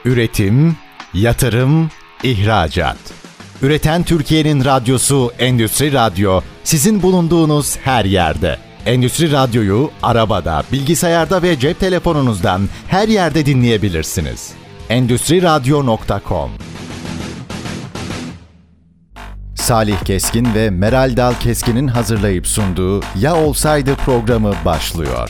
Üretim, yatırım, ihracat. Üreten Türkiye'nin radyosu Endüstri Radyo, sizin bulunduğunuz her yerde. Endüstri Radyo'yu arabada, bilgisayarda ve cep telefonunuzdan her yerde dinleyebilirsiniz. Endüstriradyo.com. Salih Keskin ve Meral Dal Keskin'in hazırlayıp sunduğu Ya Olsaydı programı başlıyor.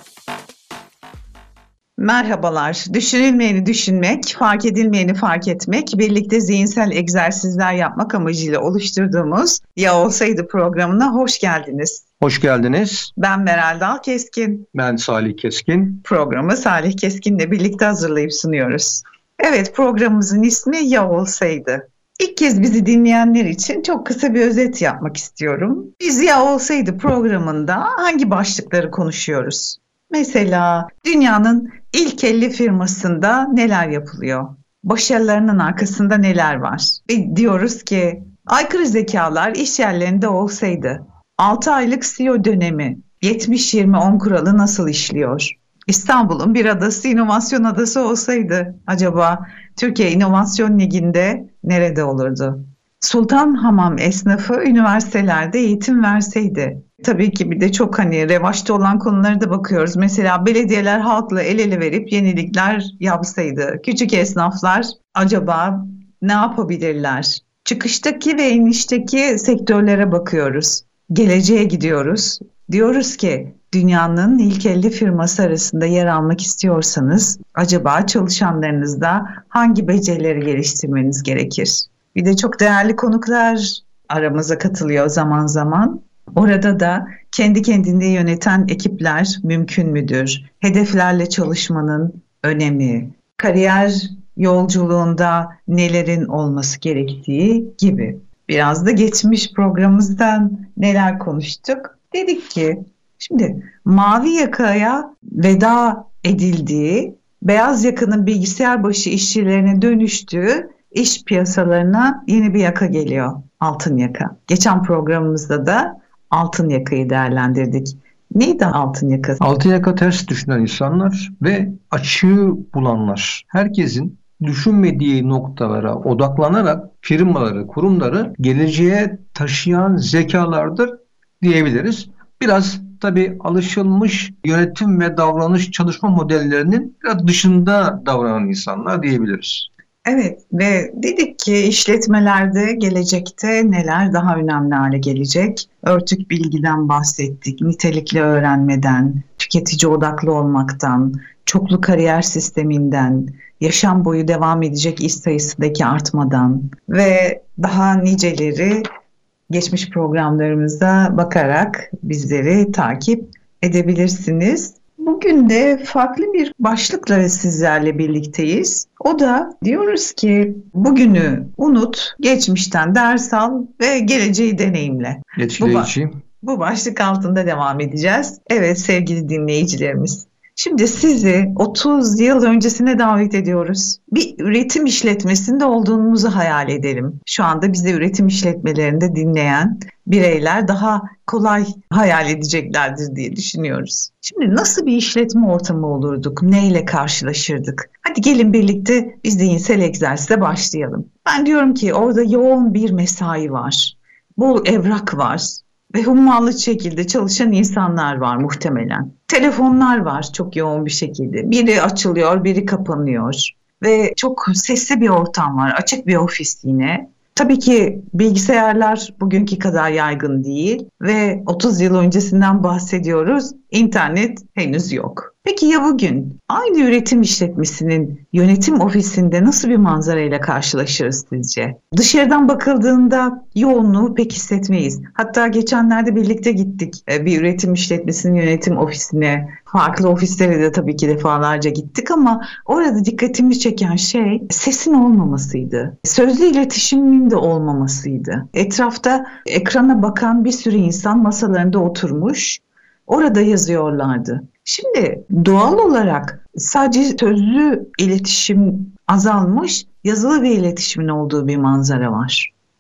Merhabalar. Düşünülmeyeni düşünmek, fark edilmeyeni fark etmek, birlikte zihinsel egzersizler yapmak amacıyla oluşturduğumuz Ya Olsaydı programına hoş geldiniz. Hoş geldiniz. Ben Meral Dal Keskin. Ben Salih Keskin. Programı Salih Keskin'le birlikte hazırlayıp sunuyoruz. Evet, programımızın ismi Ya Olsaydı. İlk kez bizi dinleyenler için çok kısa bir özet yapmak istiyorum. Biz Ya Olsaydı programında hangi başlıkları konuşuyoruz? Mesela dünyanın ilk 50 firmasında neler yapılıyor? Başarılarının arkasında neler var? Ve diyoruz ki aykırı zekalar iş yerlerinde olsaydı 6 aylık CEO dönemi 70-20-10 kuralı nasıl işliyor? İstanbul'un bir adası inovasyon adası olsaydı acaba Türkiye İnovasyon Ligi'nde nerede olurdu? Sultanhamam esnafı üniversitelerde eğitim verseydi. Tabii ki bir de çok revaçta olan konulara da bakıyoruz. Mesela belediyeler halkla el ele verip yenilikler yapsaydı. Küçük esnaflar acaba ne yapabilirler? Çıkıştaki ve inişteki sektörlere bakıyoruz. Geleceğe gidiyoruz. Diyoruz ki dünyanın ilk 50 firması arasında yer almak istiyorsanız acaba çalışanlarınızda hangi becerileri geliştirmeniz gerekir? Bir de çok değerli konuklar aramıza katılıyor zaman zaman. Orada da kendi kendini yöneten ekipler mümkün müdür? Hedeflerle çalışmanın önemi, kariyer yolculuğunda nelerin olması gerektiği gibi. Biraz da geçmiş programımızdan neler konuştuk? Dedik ki şimdi mavi yakaya veda edildiği, beyaz yakanın bilgisayar başı işçilerine dönüştüğü iş piyasalarına yeni bir yaka geliyor. Altın yaka. Geçen programımızda da altın yakayı değerlendirdik. Neydi altın yaka? Altın yaka ters düşünen insanlar ve açığı bulanlar. Herkesin düşünmediği noktalara odaklanarak firmaları, kurumları geleceğe taşıyan zekalardır diyebiliriz. Biraz tabii alışılmış yönetim ve davranış çalışma modellerinin biraz dışında davranan insanlar diyebiliriz. Evet ve dedik ki işletmelerde gelecekte neler daha önemli hale gelecek? Örtük bilgiden bahsettik, nitelikli öğrenmeden, tüketici odaklı olmaktan, çoklu kariyer sisteminden, yaşam boyu devam edecek iş sayısındaki artmadan ve daha niceleri geçmiş programlarımıza bakarak bizleri takip edebilirsiniz. Bugün de farklı bir başlıkla sizlerle birlikteyiz. O da diyoruz ki bugünü unut, geçmişten ders al ve geleceği deneyimle. Etkileyici. Bu başlık altında devam edeceğiz. Evet sevgili dinleyicilerimiz. Şimdi sizi 30 yıl öncesine davet ediyoruz. Bir üretim işletmesinde olduğumuzu hayal edelim. Şu anda bizi üretim işletmelerinde dinleyen bireyler daha kolay hayal edeceklerdir diye düşünüyoruz. Şimdi nasıl bir işletme ortamı olurduk? Neyle karşılaşırdık? Hadi gelin birlikte biz zihinsel egzersize başlayalım. Ben diyorum ki orada yoğun bir mesai var. Bol evrak var. Ve hummalı şekilde çalışan insanlar var muhtemelen. Telefonlar var çok yoğun bir şekilde. Biri açılıyor, biri kapanıyor. Ve çok sesli bir ortam var. Açık bir ofis yine. Tabii ki bilgisayarlar bugünkü kadar yaygın değil ve 30 yıl öncesinden bahsediyoruz. İnternet henüz yok. Peki ya bugün aynı üretim işletmesinin yönetim ofisinde nasıl bir manzarayla karşılaşırız sizce? Dışarıdan bakıldığında yoğunluğu pek hissetmeyiz. Hatta geçenlerde birlikte gittik bir üretim işletmesinin yönetim ofisine. Farklı ofislere de tabii ki defalarca gittik ama orada dikkatimi çeken şey sesin olmamasıydı. Sözlü iletişimin de olmamasıydı. Etrafta ekrana bakan bir sürü insan masalarında oturmuş, orada yazıyorlardı. Şimdi doğal olarak sadece sözlü iletişim azalmış, yazılı bir iletişimin olduğu bir manzara var.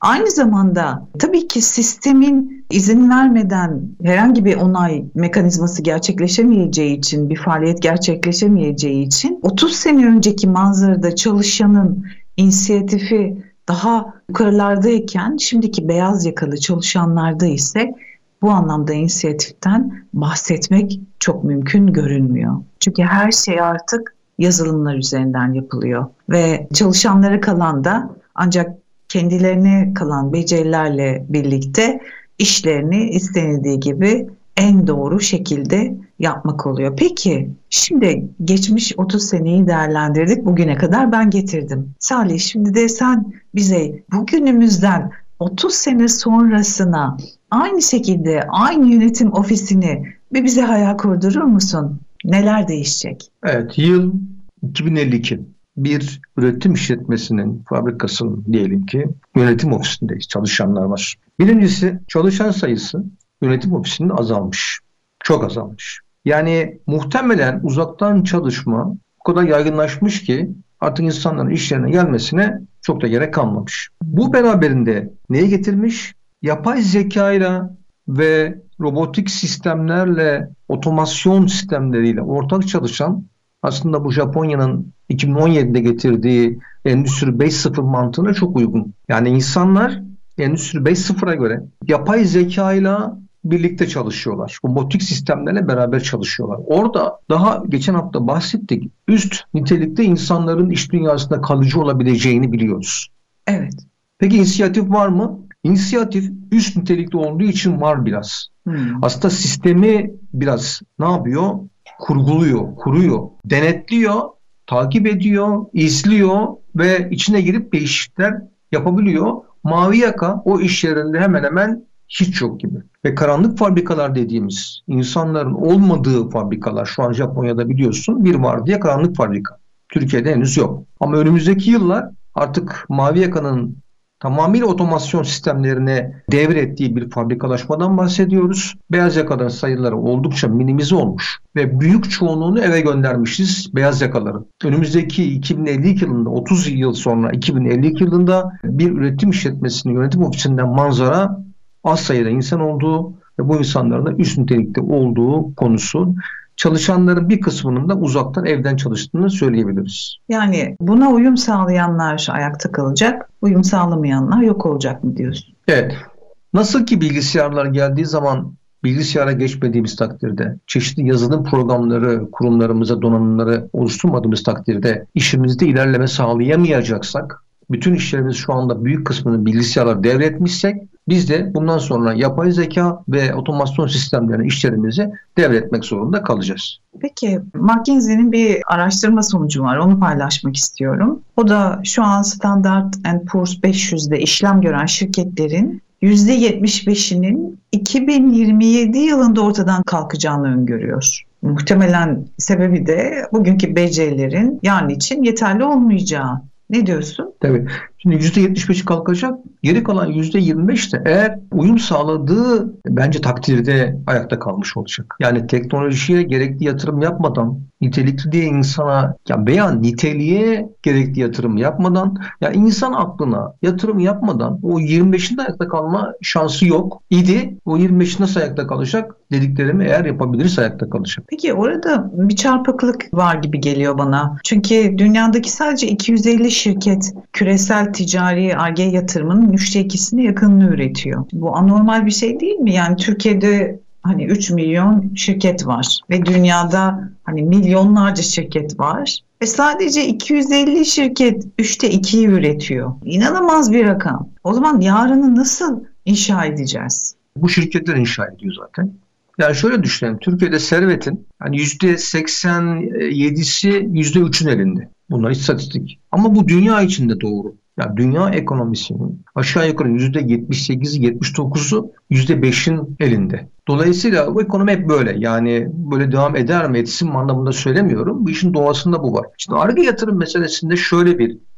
Aynı zamanda tabii ki sistemin izin vermeden herhangi bir onay mekanizması gerçekleşemeyeceği için, bir faaliyet gerçekleşemeyeceği için 30 sene önceki manzarada çalışanın inisiyatifi daha yukarılardayken şimdiki beyaz yakalı çalışanlarda ise bu anlamda inisiyatiften bahsetmek çok mümkün görünmüyor. Çünkü her şey artık yazılımlar üzerinden yapılıyor ve çalışanlara kalan da ancak kendilerine kalan becerilerle birlikte işlerini istenildiği gibi en doğru şekilde yapmak oluyor. Peki şimdi geçmiş 30 seneyi değerlendirdik, bugüne kadar ben getirdim. Salih, şimdi de sen bize bugünümüzden 30 sene sonrasına aynı şekilde aynı yönetim ofisini bir bize hayal kurdurur musun? Neler değişecek? Evet, yıl 2052. Bir üretim işletmesinin, fabrikasının diyelim ki yönetim ofisindeyiz, çalışanlar var. Birincisi, çalışan sayısı yönetim ofisinde azalmış. Çok azalmış. Yani muhtemelen uzaktan çalışma o kadar yaygınlaşmış ki artık insanların iş yerine gelmesine çok da gerek kalmamış. Bu beraberinde neye getirmiş? Yapay zekayla ve robotik sistemlerle, otomasyon sistemleriyle ortak çalışan, aslında bu Japonya'nın 2017'de getirdiği Endüstri 5.0 mantığına çok uygun. Yani insanlar Endüstri 5.0'a göre yapay zekayla birlikte çalışıyorlar. Robotik sistemlerle beraber çalışıyorlar. Orada daha geçen hafta bahsettik. Üst nitelikte insanların iş dünyasında kalıcı olabileceğini biliyoruz. Evet. Peki inisiyatif var mı? İnisiyatif üst nitelikte olduğu için var biraz. Aslında sistemi biraz ne yapıyor? Kurguluyor, kuruyor, denetliyor, takip ediyor, izliyor ve içine girip değişiklikler yapabiliyor. Mavi yaka o iş yerinde hemen hemen hiç yok gibi. Ve karanlık fabrikalar dediğimiz insanların olmadığı fabrikalar, şu an Japonya'da biliyorsun bir var diye karanlık fabrika. Türkiye'de henüz yok. Ama önümüzdeki yıllar artık mavi yakanın tamamıyla otomasyon sistemlerine devrettiği bir fabrikalaşmadan bahsediyoruz. Beyaz yakaların sayıları oldukça minimize olmuş ve büyük çoğunluğunu eve göndermişiz beyaz yakaların. Önümüzdeki 2052 yılında, 30 yıl sonra 2052 yılında bir üretim işletmesinin yönetim ofisinden manzara az sayıda insan olduğu ve bu insanların da üst nitelikte olduğu konusu. Çalışanların bir kısmının da uzaktan evden çalıştığını söyleyebiliriz. Yani buna uyum sağlayanlar ayakta kalacak, uyum sağlamayanlar yok olacak mı diyorsun? Evet. Nasıl ki bilgisayarlar geldiği zaman bilgisayara geçmediğimiz takdirde, çeşitli yazılım programları, kurumlarımıza donanımları oluşturmadığımız takdirde işimizde ilerleme sağlayamayacaksak, bütün işlerimiz şu anda büyük kısmını bilgisayarlara devretmişsek, biz de bundan sonra yapay zeka ve otomasyon sistemlerini işlerimize devretmek zorunda kalacağız. Peki, McKinsey'nin bir araştırma sonucu var, onu paylaşmak istiyorum. O da şu an Standard & Poor's 500'de işlem gören şirketlerin %75'inin 2027 yılında ortadan kalkacağını öngörüyor. Muhtemelen sebebi de bugünkü becerilerin yarın için yeterli olmayacağı. Ne diyorsun? Tabii. Şimdi %75 kalkacak. Geri kalan %25 de eğer uyum sağladığı bence takdirde ayakta kalmış olacak. Yani teknolojiye gerekli yatırım yapmadan, nitelikli diye insana veya niteliğe gerekli yatırım yapmadan, insan aklına yatırım yapmadan o 25'inde ayakta kalma şansı yok idi. O 25 nasıl ayakta kalacak? Dediklerimi eğer yapabiliriz ayakta kalacak. Peki orada bir çarpıklık var gibi geliyor bana. Çünkü dünyadaki sadece 250 şirket küresel ticari Ar-Ge yatırımının 3'te 2'sine yakınını üretiyor. Bu anormal bir şey değil mi? Yani Türkiye'de 3 milyon şirket var ve dünyada milyonlarca şirket var. Ve sadece 250 şirket 3'te 2'yi üretiyor. İnanılmaz bir rakam. O zaman yarını nasıl inşa edeceğiz? Bu şirketler inşa ediyor zaten. Yani şöyle düşünelim. Türkiye'de servetin %87'si %3'ün elinde. Bunlar istatistik. Ama bu dünya içinde doğru. Yani dünya ekonomisinin aşağı yukarı %78'i, 79'u %5'in elinde. Dolayısıyla bu ekonomi hep böyle. Yani böyle devam eder mi etsin mi anlamında söylemiyorum. Bu işin doğasında bu var. Şimdi Ar-Ge yatırım meselesinde şöyle bir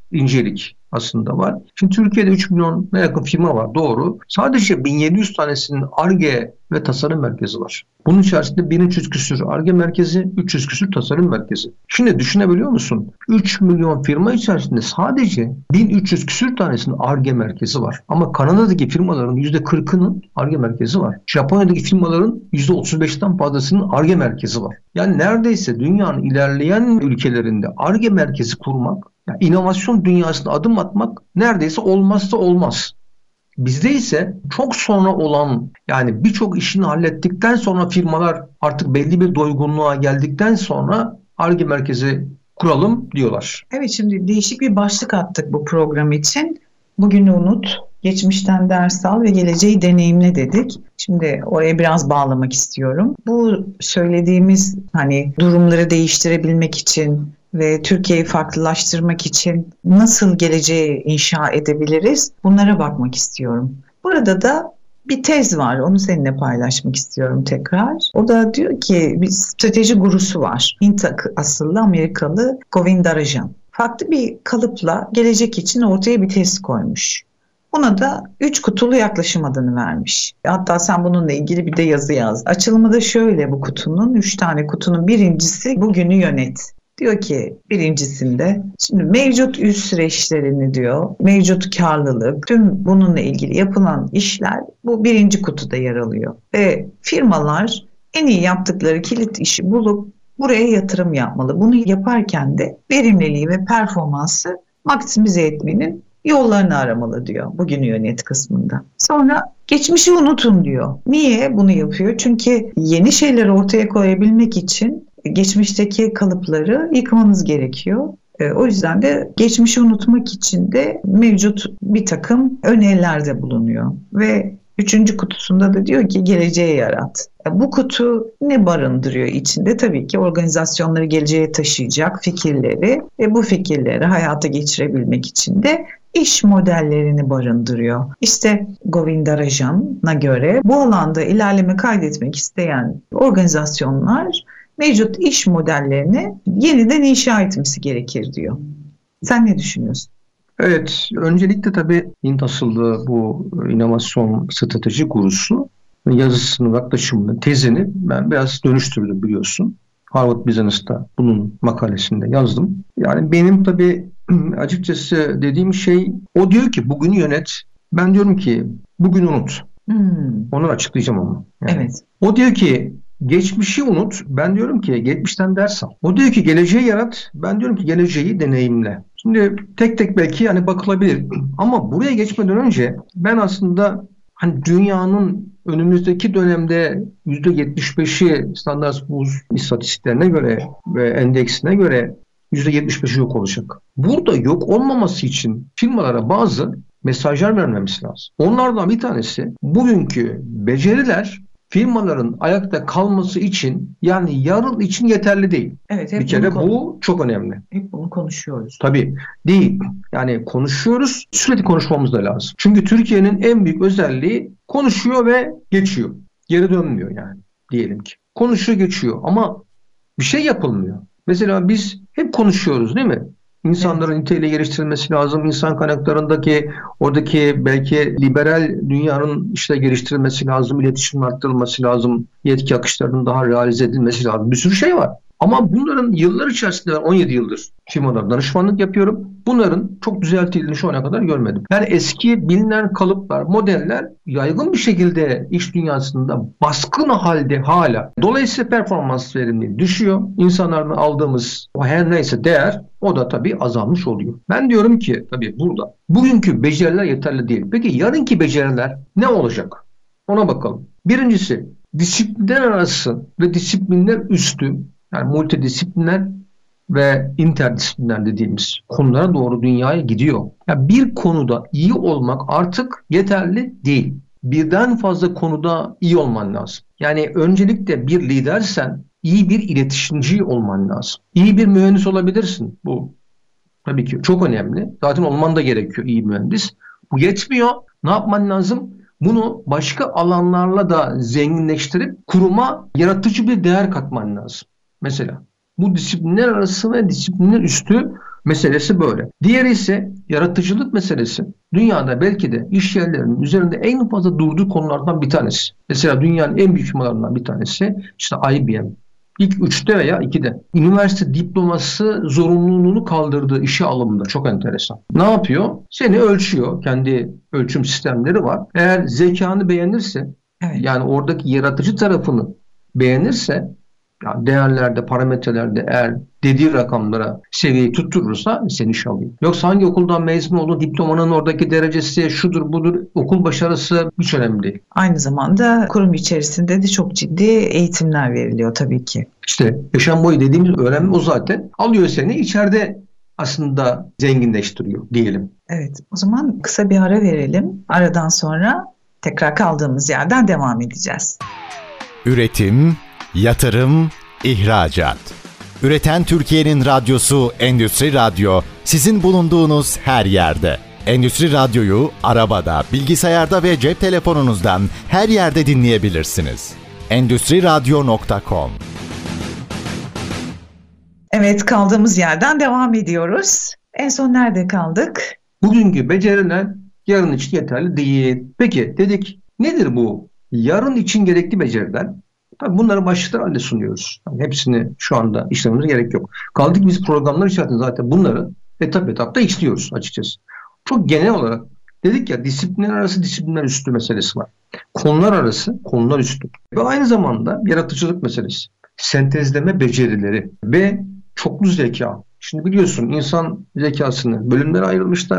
incelik aslında var. Şimdi Türkiye'de 3 milyona yakın firma var, doğru. Sadece 1700 tanesinin Ar-Ge ve tasarım merkezi var. Bunun içerisinde 1300 küsür Ar-Ge merkezi, 300 küsür tasarım merkezi. Şimdi düşünebiliyor musun? 3 milyon firma içerisinde sadece 1300 küsür tanesinin Ar-Ge merkezi var. Ama Kanada'daki firmaların %40'ının Ar-Ge merkezi var. Japonya'daki firmaların %35'ten fazlasının Ar-Ge merkezi var. Yani neredeyse dünyanın ilerleyen ülkelerinde Ar-Ge merkezi kurmak, yani inovasyon dünyasına adım atmak neredeyse olmazsa olmaz. Bizde ise çok sonra olan, yani birçok işini hallettikten sonra firmalar artık belli bir doygunluğa geldikten sonra Ar-Ge merkezi kuralım diyorlar. Evet, şimdi değişik bir başlık attık bu program için. Bugünü unut, geçmişten ders al ve geleceği deneyimle dedik. Şimdi oraya biraz bağlamak istiyorum. Bu söylediğimiz durumları değiştirebilmek için ve Türkiye'yi farklılaştırmak için nasıl geleceği inşa edebiliriz? Bunlara bakmak istiyorum. Burada da bir tez var. Onu seninle paylaşmak istiyorum tekrar. O da diyor ki bir strateji gurusu var. Hint asıllı Amerikalı Govindarajan. Farklı bir kalıpla gelecek için ortaya bir tez koymuş. Buna da 3 kutulu yaklaşım adını vermiş. Hatta sen bununla ilgili bir de yazı yaz. Açılımı da şöyle bu kutunun. 3 tane kutunun birincisi bugünü yönet. Diyor ki birincisinde şimdi mevcut üst süreçlerini diyor, mevcut karlılık, tüm bununla ilgili yapılan işler bu birinci kutuda yer alıyor. Ve firmalar en iyi yaptıkları kilit işi bulup buraya yatırım yapmalı. Bunu yaparken de verimliliği ve performansı maksimize etmenin yollarını aramalı diyor bugünü yönet kısmında. Sonra geçmişi unutun diyor. Niye bunu yapıyor? Çünkü yeni şeyler ortaya koyabilmek için geçmişteki kalıpları yıkmanız gerekiyor. O yüzden de geçmişi unutmak için de mevcut bir takım önerilerde bulunuyor. Ve 3. kutusunda da diyor ki geleceği yarat. Bu kutu ne barındırıyor içinde? Tabii ki organizasyonları geleceğe taşıyacak fikirleri ve bu fikirleri hayata geçirebilmek için de iş modellerini barındırıyor. İşte Govindarajan'a göre bu alanda ilerleme kaydetmek isteyen organizasyonlar mevcut iş modellerini yeniden inşa etmesi gerekir diyor. Sen ne düşünüyorsun? Evet, öncelikle tabii Hint asıllı bu inovasyon strateji gurusu yazısını, yaklaşımını, tezini ben biraz dönüştürdüm biliyorsun. Harvard Business'ta bunun makalesinde yazdım. Yani benim tabii açıkçası dediğim şey, o diyor ki bugünü yönet. Ben diyorum ki bugünü unut. Onu açıklayacağım ama. Yani. Evet. O diyor ki geçmişi unut. Ben diyorum ki geçmişten ders al. O diyor ki geleceği yarat. Ben diyorum ki geleceği deneyimle. Şimdi tek tek belki bakılabilir. Ama buraya geçmeden önce ben aslında dünyanın önümüzdeki dönemde %75'i Standard Poor's istatistiklerine göre ve endeksine göre %75'i yok olacak. Burada yok olmaması için firmalara bazı mesajlar vermemiz lazım. Onlardan bir tanesi bugünkü beceriler firmaların ayakta kalması için, yani yarın için yeterli değil. Evet, bir kere bu çok önemli. Hep bunu konuşuyoruz. Tabii değil. Yani konuşuyoruz, sürekli konuşmamız da lazım. Çünkü Türkiye'nin en büyük özelliği konuşuyor ve geçiyor. Geri dönmüyor yani diyelim ki. Konuşuyor, geçiyor ama bir şey yapılmıyor. Mesela biz hep konuşuyoruz değil mi? İnsanların niteliği geliştirilmesi lazım. İnsan kaynaklarındaki oradaki belki liberal dünyanın geliştirilmesi lazım. İletişimin arttırılması lazım. Yetki akışlarının daha realize edilmesi lazım. Bir sürü şey var. Ama bunların yıllar içerisinde ben 17 yıldır firmalara danışmanlık yapıyorum. Bunların çok düzeltildiğini şu ana kadar görmedim. Yani eski bilinen kalıplar, modeller yaygın bir şekilde iş dünyasında baskın halde hala. Dolayısıyla performans verimliliği düşüyor. İnsanlardan aldığımız o her neyse değer, o da tabii azalmış oluyor. Ben diyorum ki tabii burada bugünkü beceriler yeterli değil. Peki yarınki beceriler ne olacak? Ona bakalım. Birincisi disiplinler arası ve disiplinler üstü, yani multidisipliner ve interdisipliner dediğimiz konulara doğru dünyaya gidiyor. Yani bir konuda iyi olmak artık yeterli değil. Birden fazla konuda iyi olman lazım. Yani öncelikle bir lidersen iyi bir iletişimci olman lazım. İyi bir mühendis olabilirsin. Bu tabii ki çok önemli. Zaten olman da gerekiyor iyi mühendis. Bu yetmiyor. Ne yapman lazım? Bunu başka alanlarla da zenginleştirip kuruma yaratıcı bir değer katman lazım. Mesela bu disiplinler arası ve disiplinler üstü meselesi böyle. Diğeri ise yaratıcılık meselesi. Dünyada belki de iş yerlerinin üzerinde en fazla durduğu konulardan bir tanesi. Mesela dünyanın en büyük firmalarından bir tanesi işte IBM. İlk 3'te veya 2'de. Üniversite diploması zorunluluğunu kaldırdığı işe alımında. Çok enteresan. Ne yapıyor? Seni ölçüyor. Kendi ölçüm sistemleri var. Eğer zekanı beğenirse, Evet. yani oradaki yaratıcı tarafını beğenirse, yani değerlerde, parametrelerde eğer dediği rakamlara seviyeyi tutturursa seni iş alıyor. Yoksa hangi okuldan mezun olduğu, diplomanın oradaki derecesi, şudur budur, okul başarısı hiç önemli değil. Aynı zamanda kurum içerisinde de çok ciddi eğitimler veriliyor tabii ki. İşte yaşam boyu dediğimiz önemli o zaten. Alıyor seni içeride aslında zenginleştiriyor diyelim. Evet, o zaman kısa bir ara verelim. Aradan sonra tekrar kaldığımız yerden devam edeceğiz. Üretim, yatırım, ihracat. Üreten Türkiye'nin radyosu Endüstri Radyo, sizin bulunduğunuz her yerde. Endüstri Radyo'yu arabada, bilgisayarda ve cep telefonunuzdan her yerde dinleyebilirsiniz. Endüstriradyo.com. Evet, kaldığımız yerden devam ediyoruz. En son nerede kaldık? Bugünkü beceriler yarın için yeterli değil. Peki dedik, nedir bu yarın için gerekli beceriler? Tabii bunları başlıklar halinde sunuyoruz. Yani hepsini şu anda işlememize gerek yok. Kaldık biz programlar içerisinde zaten bunları etap etap da işliyoruz açıkçası. Çok genel olarak dedik ya, disiplinler arası, disiplinler üstü meselesi var. Konular arası, konular üstü. Ve aynı zamanda yaratıcılık meselesi. Sentezleme becerileri ve çoklu zeka. Şimdi biliyorsun insan zekasını bölümlere ayrılmışlar.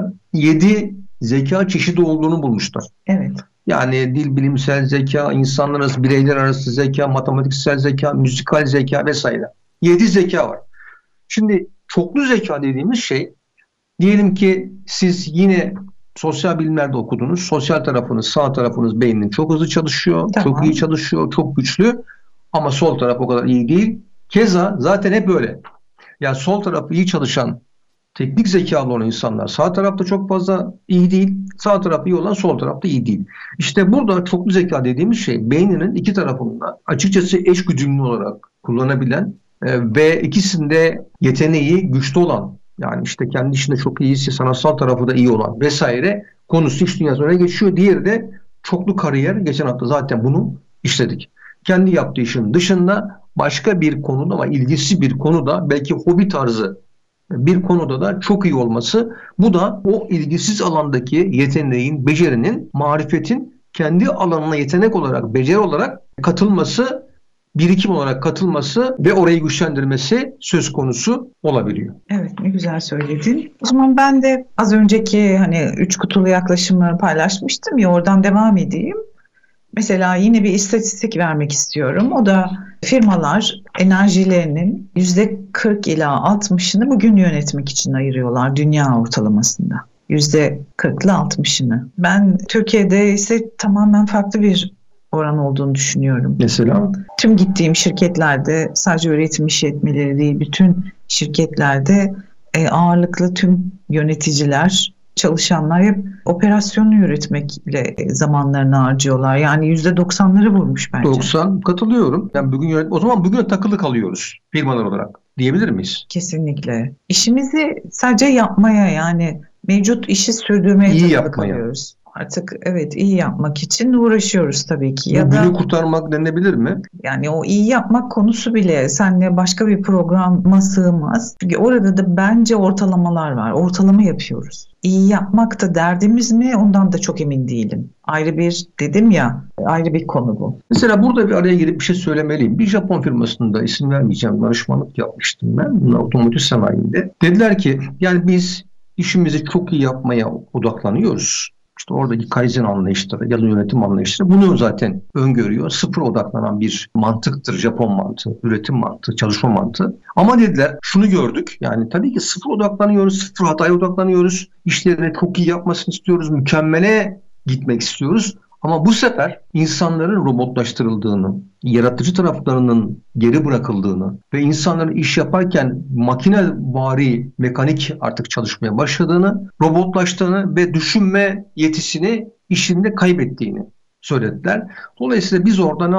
7 zeka çeşidi olduğunu bulmuşlar. Evet. Yani dil bilimsel zeka, insanlar arası, bireyler arası zeka, matematiksel zeka, müzikal zeka vesaire. 7 zeka var. Şimdi çoklu zeka dediğimiz şey, diyelim ki siz yine sosyal bilimlerde okudunuz. Sosyal tarafınız, sağ tarafınız beynin çok hızlı çalışıyor, Tamam. çok iyi çalışıyor, çok güçlü. Ama sol taraf o kadar iyi değil. Keza zaten hep öyle. Yani sol tarafı iyi çalışan, teknik zekalı olan insanlar sağ tarafta çok fazla iyi değil. Sağ tarafı iyi olan sol tarafta iyi değil. İşte burada çoklu zeka dediğimiz şey beyninin iki tarafında açıkçası eşgüdümlü olarak kullanabilen ve ikisinde yeteneği güçlü olan, yani işte kendi işinde çok iyisi, sanatsal tarafı da iyi olan vesaire konusu iş dünyasına geçiyor. Diğeri de çoklu kariyer. Geçen hafta zaten bunu işledik. Kendi yaptığı işin dışında başka bir konuda ama ilgisi bir konuda, belki hobi tarzı bir konuda da çok iyi olması. Bu da o ilgisiz alandaki yeteneğin, becerinin, marifetin kendi alanına yetenek olarak, beceri olarak katılması, birikim olarak katılması ve orayı güçlendirmesi söz konusu olabiliyor. Evet, ne güzel söyledin. O zaman ben de az önceki 3 kutulu yaklaşımı paylaşmıştım ya, oradan devam edeyim. Mesela yine bir istatistik vermek istiyorum. O da firmalar enerjilerinin %40 ila 60'ını bugün yönetmek için ayırıyorlar dünya ortalamasında. %40 ile 60'ını. Ben Türkiye'de ise tamamen farklı bir oran olduğunu düşünüyorum. Mesela? Tüm gittiğim şirketlerde, sadece üretim işletmeleri değil, bütün şirketlerde ağırlıklı tüm yöneticiler, çalışanlar hep operasyonu yürütmekle zamanlarını harcıyorlar. Yani %90'ları vurmuş bence. 90 katılıyorum. Yani o zaman bugüne takılı kalıyoruz firmalar olarak diyebilir miyiz? Kesinlikle. İşimizi sadece yapmaya, yani mevcut işi sürdürmeye İyi takılı yapmaya. kalıyoruz. Artık evet, iyi yapmak için uğraşıyoruz tabii ki. Ya Günü da kurtarmak denilebilir mi? yani o iyi yapmak konusu bile seninle başka bir programa sığmaz. Çünkü orada da bence ortalamalar var. Ortalama yapıyoruz. İyi yapmak da derdimiz mi? Ondan da çok emin değilim. Ayrı bir, dedim ya, ayrı bir konu bu. Mesela burada bir araya girip bir şey söylemeliyim. Bir Japon firmasında, isim vermeyeceğim, danışmanlık yapmıştım ben. Bunlar otomotiv sanayinde. Dediler ki yani biz işimizi çok iyi yapmaya odaklanıyoruz. İşte oradaki Kaizen anlayışları, ya da yönetim anlayışları bunu zaten öngörüyor. Sıfır odaklanan bir mantıktır Japon mantığı, üretim mantığı, çalışma mantığı. Ama dediler şunu gördük, yani tabii ki sıfır odaklanıyoruz, sıfır hataya odaklanıyoruz. İşlerini çok iyi yapmasını istiyoruz, mükemmele gitmek istiyoruz. Ama bu sefer insanların robotlaştırıldığını, yaratıcı taraflarının geri bırakıldığını ve insanların iş yaparken makinevari, mekanik artık çalışmaya başladığını, robotlaştığını ve düşünme yetisini işinde kaybettiğini söylediler. Dolayısıyla biz orada ne yaptık?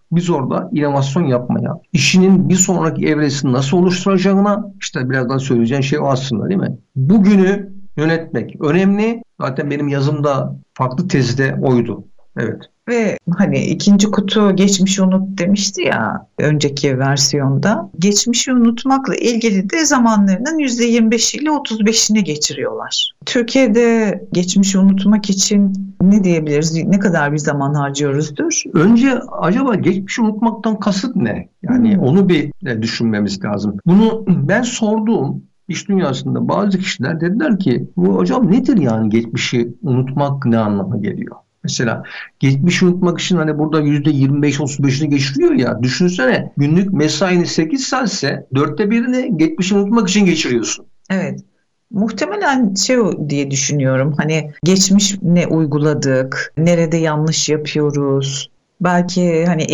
Biz orada inovasyon yapmaya, işinin bir sonraki evresini nasıl oluşturacağına, işte birazdan söyleyeceğim şey o aslında, değil mi? Bugünü yönetmek önemli. Zaten benim yazımda farklı tezde oydu. Evet. Ve hani ikinci kutu geçmişi unut demişti ya önceki versiyonda. Geçmişi unutmakla ilgili de zamanlarının %25 ile 35'ini geçiriyorlar. Türkiye'de geçmişi unutmak için ne diyebiliriz? Ne kadar bir zaman harcıyoruzdur? Önce acaba geçmişi unutmaktan kasıt ne? Yani onu bir düşünmemiz lazım. Bunu ben sorduğum iş dünyasında bazı kişiler dediler ki bu hocam nedir yani geçmişi unutmak ne anlama geliyor? Mesela geçmişi unutmak için hani burada %25-35'ini geçiriyor ya, düşünsene günlük mesaini 8 saatse 1/4'ini geçmişi unutmak için geçiriyorsun. Evet. Muhtemelen diye düşünüyorum. Hani geçmiş ne uyguladık, nerede yanlış yapıyoruz. Belki hani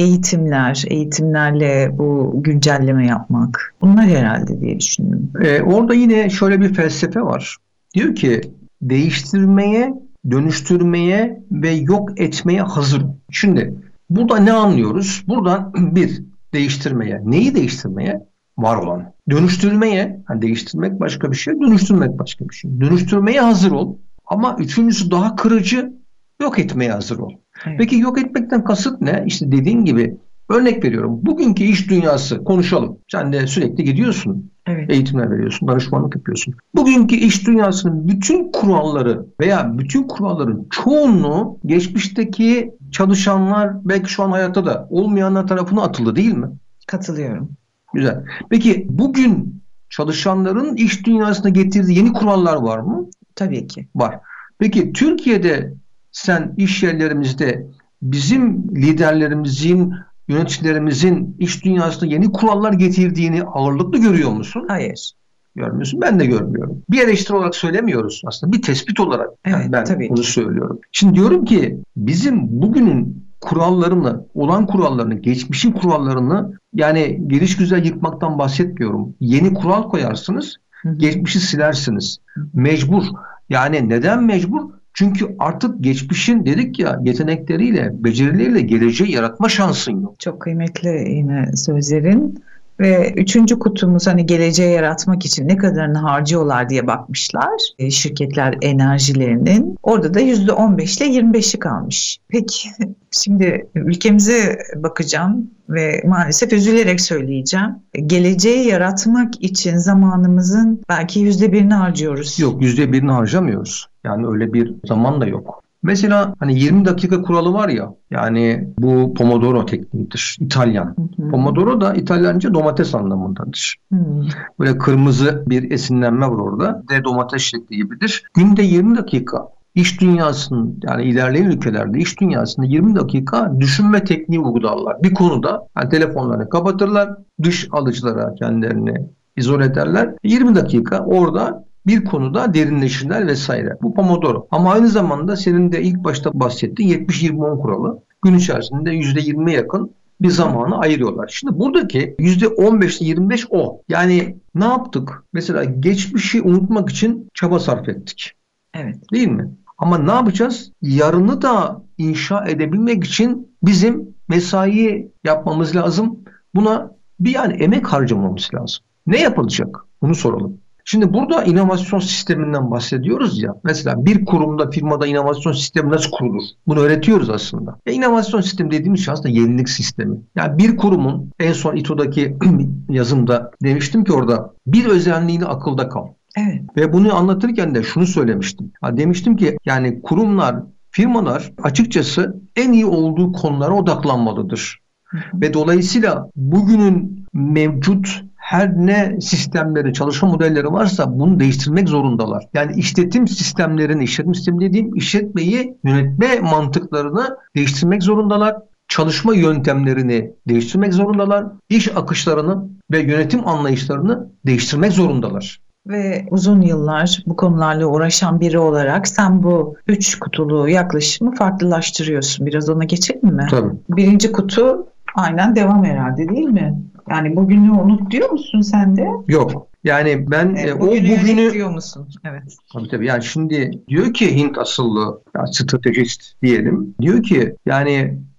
eğitimlerle bu güncelleme yapmak. Bunlar herhalde diye düşünüyorum. Orada yine şöyle bir felsefe var. Diyor ki değiştirmeye, dönüştürmeye ve yok etmeye hazır. Şimdi burada ne anlıyoruz? Buradan bir, değiştirmeye. Neyi değiştirmeye? Var olan. Dönüştürmeye, yani değiştirmek başka bir şey, dönüştürmek başka bir şey. Dönüştürmeye hazır ol. Ama üçüncüsü daha kırıcı, yok etmeye hazır ol. Evet. Peki yok etmekten kasıt ne? İşte dediğin gibi örnek veriyorum. Bugünkü iş dünyası konuşalım. Sen de sürekli gidiyorsun. Evet. Eğitimler veriyorsun, danışmanlık yapıyorsun. Bugünkü iş dünyasının bütün kuralları veya bütün kuralların çoğunluğu geçmişteki çalışanlar belki şu an hayatta da olmayanlar tarafına atıldı değil mi? Katılıyorum. Güzel. Peki bugün çalışanların iş dünyasına getirdiği yeni kurallar var mı? Tabii ki. Var. Peki Türkiye'de sen iş yerlerimizde bizim liderlerimizin, yöneticilerimizin iş dünyasına yeni kurallar getirdiğini ağırlıklı görüyor musun? Hayır. Görmüyorsun. Ben de görmüyorum. Bir eleştiri olarak söylemiyoruz aslında. Bir tespit olarak ben bunu söylüyorum. Şimdi diyorum ki bizim bugünün kurallarını, olan kurallarını, geçmişin kurallarını yani gelişgüzel yıkmaktan bahsetmiyorum. Yeni kural koyarsınız, geçmişi silersiniz. Mecbur. Yani neden mecbur? Çünkü artık geçmişin dedik ya yetenekleriyle, becerileriyle geleceği yaratma şansın yok. Çok kıymetli yine sözlerin. Ve üçüncü kutumuz hani geleceği yaratmak için ne kadarını harcıyorlar diye bakmışlar. Şirketler enerjilerinin. Orada da %15 ile 25'i kalmış. Peki şimdi ülkemize bakacağım ve maalesef üzülerek söyleyeceğim. Geleceği yaratmak için zamanımızın belki %1'ini harcıyoruz. Yok, %1'ini harcamıyoruz. Yani öyle bir zaman da yok. Mesela hani 20 dakika kuralı var ya, yani bu Pomodoro tekniğidir, İtalyan. Pomodoro da İtalyanca domates anlamındadır. Böyle kırmızı bir esinlenme var orada. De domates şekli gibidir. Günde 20 dakika iş dünyasının, yani ilerleyen ülkelerde iş dünyasında 20 dakika düşünme tekniği uygularlar. Bir konuda yani telefonlarını kapatırlar, dış alıcılara kendilerini izole ederler. 20 dakika orada bir konuda derinleşirler vesaire. Bu Pomodoro. Ama aynı zamanda senin de ilk başta bahsettiğin 70-20-10 kuralı gün içerisinde %20'ye yakın bir zamanı ayırıyorlar. Şimdi buradaki %15-25 o. Yani ne yaptık? Mesela geçmişi unutmak için çaba sarf ettik. Evet. Değil mi? Ama ne yapacağız? Yarını da inşa edebilmek için bizim mesai yapmamız lazım. Buna bir emek harcamamız lazım. Ne yapılacak? Bunu soralım. Şimdi burada inovasyon sisteminden bahsediyoruz ya. Mesela bir kurumda, firmada inovasyon sistemi nasıl kurulur? Bunu öğretiyoruz aslında. İnovasyon sistemi dediğimiz şey aslında yenilik sistemi. Yani bir kurumun, en son İTO'daki yazımda demiştim ki orada bir özelliğini akılda kal. Evet. Ve bunu anlatırken de şunu söylemiştim. Demiştim ki yani kurumlar, firmalar açıkçası en iyi olduğu konulara odaklanmalıdır. Ve dolayısıyla bugünün mevcut her ne sistemleri, çalışma modelleri varsa bunu değiştirmek zorundalar. Yani işletim sistemi dediğim işletmeyi yönetme mantıklarını değiştirmek zorundalar. Çalışma yöntemlerini değiştirmek zorundalar. İş akışlarını ve yönetim anlayışlarını değiştirmek zorundalar. Ve uzun yıllar bu konularla uğraşan biri olarak sen bu 3 kutulu yaklaşımı farklılaştırıyorsun. Biraz ona geçelim mi? Tabii. Birinci kutu aynen devam herhalde değil mi? Yani bugünü unut diyor musun sen de? Yok. Yani ben bugünü diyor musun? Evet. Tabii. Yani şimdi diyor ki Hint asıllı stratejist diyelim. Diyor ki yani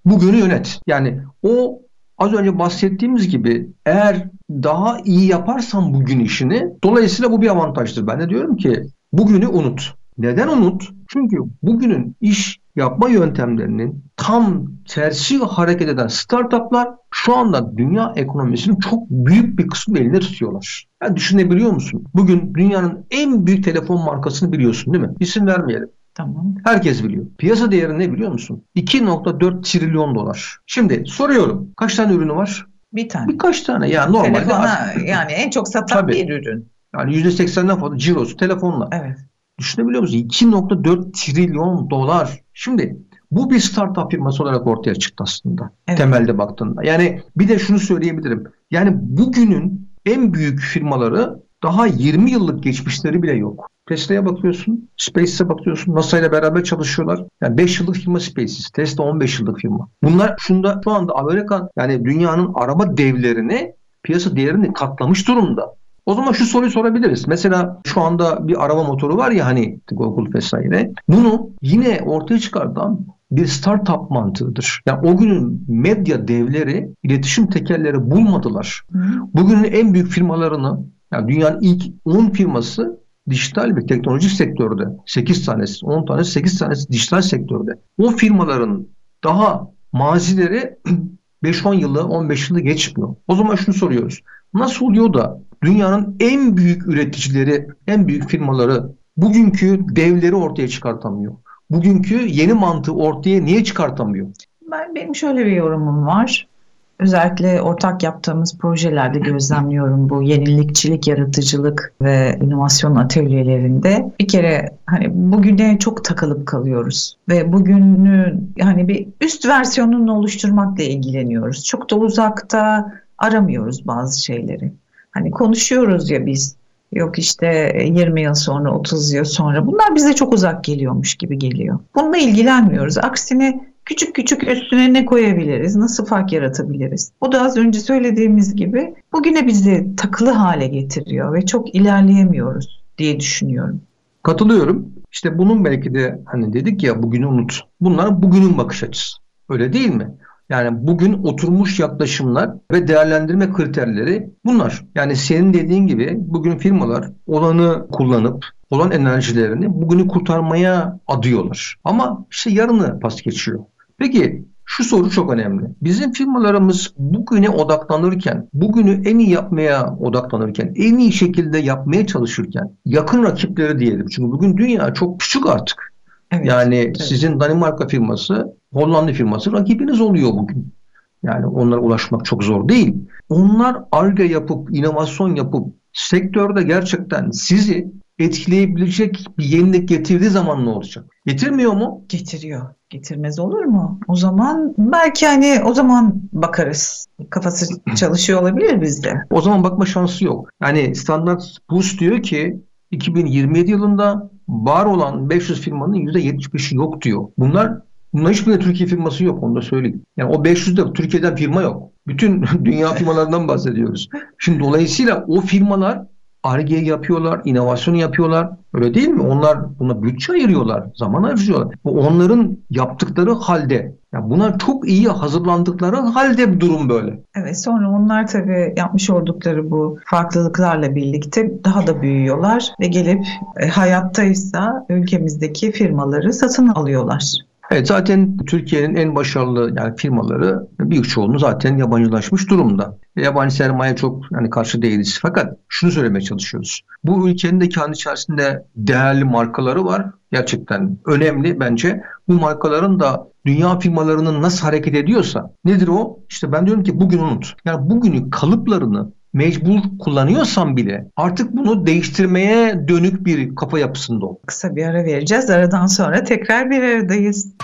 Bugünü yönet. Yani o az önce bahsettiğimiz gibi eğer daha iyi yaparsan bugün işini, dolayısıyla bu bir avantajdır. Ben de diyorum ki bugünü unut. Neden unut? Çünkü bugünün iş yapma yöntemlerinin tam tersi hareket eden startuplar şu anda dünya ekonomisinin çok büyük bir kısmını elinde tutuyorlar. Yani düşünebiliyor musun? Bugün dünyanın en büyük telefon markasını biliyorsun değil mi? İsim vermeyelim. Tamam. Herkes biliyor. Piyasa değeri ne biliyor musun? 2,4 trilyon dolar. Şimdi soruyorum. Kaç tane ürünü var? Bir tane. Birkaç tane. Yani normalde Telefona yani en çok satan Tabii. bir ürün. Yani %80'den fazla cirosu telefonla. Evet. Düşünebiliyor musun? 2,4 trilyon dolar. Şimdi bu bir startup firması olarak ortaya çıktı aslında. Evet. Temelde baktığında. Yani bir de şunu söyleyebilirim. Yani bugünün en büyük firmaları daha 20 yıllık geçmişleri bile yok. Tesla'ya bakıyorsun, SpaceX'e bakıyorsun, NASA ile beraber çalışıyorlar. Yani 5 yıllık firma SpaceX, Tesla 15 yıllık firma. Bunlar şu anda Amerika yani dünyanın araba devlerini, piyasa değerini katlamış durumda. O zaman şu soruyu sorabiliriz. Mesela şu anda bir araba motoru var ya hani Google vesaire. Bunu yine ortaya çıkartan bir startup mantığıdır. Yani o günün medya devleri iletişim tekelleri bulmadılar. Bugünün en büyük firmalarını, yani dünyanın ilk 10 firması dijital ve teknolojik sektörde. 8 tanesi, 10 tanesi, 8 tanesi dijital sektörde. O firmaların daha mazileri 5-10 yılı, 15 yılı geçmiyor. O zaman şunu soruyoruz. Nasıl oluyor da dünyanın en büyük üreticileri, en büyük firmaları bugünkü devleri ortaya çıkartamıyor? Bugünkü yeni mantığı ortaya niye çıkartamıyor? Benim şöyle bir yorumum var. Özellikle ortak yaptığımız projelerde gözlemliyorum bu yenilikçilik, yaratıcılık ve inovasyon atölyelerinde. Bir kere hani bugüne çok takılıp kalıyoruz ve bugünü hani bir üst versiyonunu oluşturmakla ilgileniyoruz. Çok da uzakta aramıyoruz bazı şeyleri. Hani konuşuyoruz ya biz. Yok işte 20 yıl sonra, 30 yıl sonra. Bunlar bize çok uzak geliyormuş gibi geliyor. Bununla ilgilenmiyoruz. Aksine küçük küçük üstüne ne koyabiliriz? Nasıl fark yaratabiliriz? O da az önce söylediğimiz gibi bugüne bizi takılı hale getiriyor ve çok ilerleyemiyoruz diye düşünüyorum. Katılıyorum. İşte bunun belki de hani dedik ya bugünü unut. Bunlar bugünün bakış açısı. Öyle değil mi? Yani bugün oturmuş yaklaşımlar ve değerlendirme kriterleri bunlar. Yani senin dediğin gibi bugün firmalar olanı kullanıp olan enerjilerini bugünü kurtarmaya adıyorlar. Ama işte yarını pas geçiyor. Peki şu soru çok önemli. Bizim firmalarımız bugüne odaklanırken, bugünü en iyi yapmaya odaklanırken, en iyi şekilde yapmaya çalışırken yakın rakipleri diyelim. Çünkü bugün dünya çok küçük artık. Evet, yani evet. Sizin Danimarka firması, Hollanda firması rakibiniz oluyor bugün. Yani onlara ulaşmak çok zor değil. Onlar Ar-Ge yapıp, inovasyon yapıp sektörde gerçekten sizi etkileyebilecek bir yenilik getirdiği zaman ne olacak? Getirmiyor mu? Getiriyor. Getirmez olur mu? O zaman belki hani o zaman bakarız. Kafası çalışıyor olabilir bizde. O zaman bakma şansı yok. Yani Standard & Poor's diyor ki 2027 yılında var olan 500 firmanın %75'i yok diyor. Bunlar hiçbir Türkiye firması yok, onu da söyleyeyim. Yani o 500'de Türkiye'den firma yok. Bütün dünya firmalarından bahsediyoruz. Şimdi dolayısıyla o firmalar Ar-Ge yapıyorlar, inovasyon yapıyorlar. Öyle değil mi? Onlar buna bütçe ayırıyorlar, zaman harcıyorlar. Onların yaptıkları halde, yani buna çok iyi hazırlandıkları halde bir durum böyle. Evet, sonra onlar tabii yapmış oldukları bu farklılıklarla birlikte daha da büyüyorlar ve gelip hayattaysa ülkemizdeki firmaları satın alıyorlar. Evet, zaten Türkiye'nin en başarılı yani firmaları büyük çoğunluğu zaten yabancılaşmış durumda. Yabancı sermaye çok karşı değiliz. Fakat şunu söylemeye çalışıyoruz. Bu ülkenin de kendi içerisinde değerli markaları var. Gerçekten önemli bence. Bu markaların da dünya firmalarının nasıl hareket ediyorsa nedir o? İşte ben diyorum ki bugün unut. Yani bugünün kalıplarını mecbur kullanıyorsan bile artık bunu değiştirmeye dönük bir kafa yapısında ol. Kısa bir ara vereceğiz. Aradan sonra tekrar bir aradayız.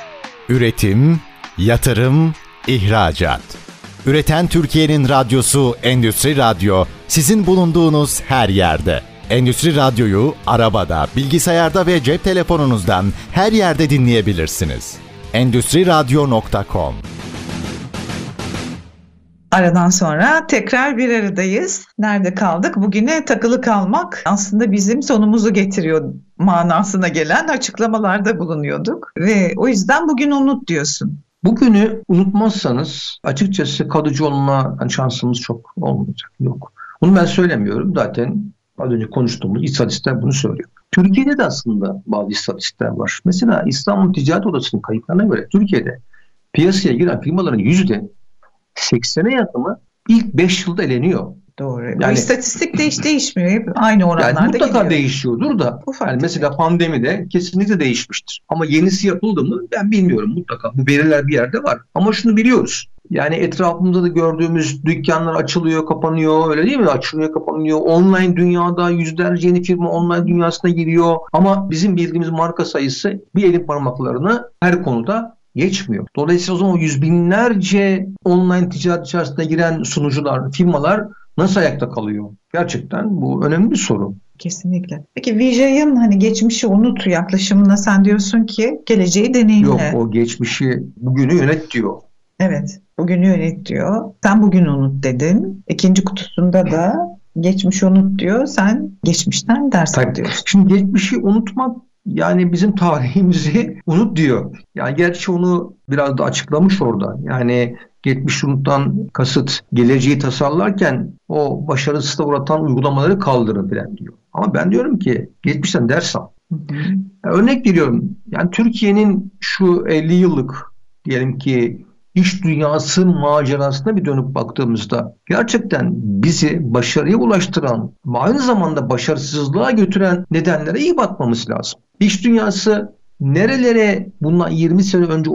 Üretim, yatırım, ihracat. Üreten Türkiye'nin radyosu Endüstri Radyo, sizin bulunduğunuz her yerde. Endüstri Radyo'yu arabada, bilgisayarda ve cep telefonunuzdan her yerde dinleyebilirsiniz. Endüstriradyo.com. Aradan sonra tekrar bir aradayız. Nerede kaldık? Bugüne takılı kalmak aslında bizim sonumuzu getiriyor manasına gelen açıklamalarda bulunuyorduk. Ve o yüzden bugün unut diyorsun. Bugünü unutmazsanız açıkçası kalıcı olma şansımız çok olmayacak. Yok. Bunu ben söylemiyorum. Zaten az önce konuştuğumuz istatistikler bunu söylüyor. Türkiye'de de aslında bazı istatistikler var. Mesela İstanbul Ticaret Odası'nın kayıtlarına göre Türkiye'de piyasaya giren firmaların %80'e yakını ilk 5 yılda eleniyor. Doğru. Yani, o istatistik de hiç değişmiyor. Hep aynı oranlarda yani mutlaka gidiyor. değişiyordur da. Ufak Yani tefek. mesela pandemide kesinlikle değişmiştir. Ama yenisi yapıldı mı ben bilmiyorum mutlaka. Bu veriler bir yerde var. Ama şunu biliyoruz. Yani etrafımızda da gördüğümüz dükkanlar açılıyor, kapanıyor. Öyle değil mi? Açılıyor, kapanıyor. Online dünyada yüzlerce yeni firma online dünyasına giriyor. Ama bizim bildiğimiz marka sayısı bir elin parmaklarını her konuda geçmiyor. Dolayısıyla o zaman o yüz binlerce online ticaret içerisine giren sunucular, firmalar nasıl ayakta kalıyor? Gerçekten bu önemli bir soru. Kesinlikle. Peki Vijay'ın hani geçmişi unut yaklaşımına sen diyorsun ki geleceği deneyimle. Yok, o geçmişi bugünü yönet diyor. Evet, bugünü yönet diyor. Sen bugünü unut dedin. İkinci kutusunda da geçmişi unut diyor. Sen geçmişten ders al diyorsun. Şimdi geçmişi unutmak yani bizim tarihimizi unut diyor. Yani gerçi onu biraz da açıklamış orada. Yani geçmişi unutan kasıt geleceği tasarlarken o başarısızlığa uğratan uygulamaları kaldırın falan diyor. Ama ben diyorum ki geçmişten ders al. Örnek veriyorum. Yani Türkiye'nin şu 50 yıllık diyelim ki iş dünyası macerasına bir dönüp baktığımızda gerçekten bizi başarıya ulaştıran ve aynı zamanda başarısızlığa götüren nedenlere iyi bakmamız lazım. İş dünyası nerelere bundan 20 sene önce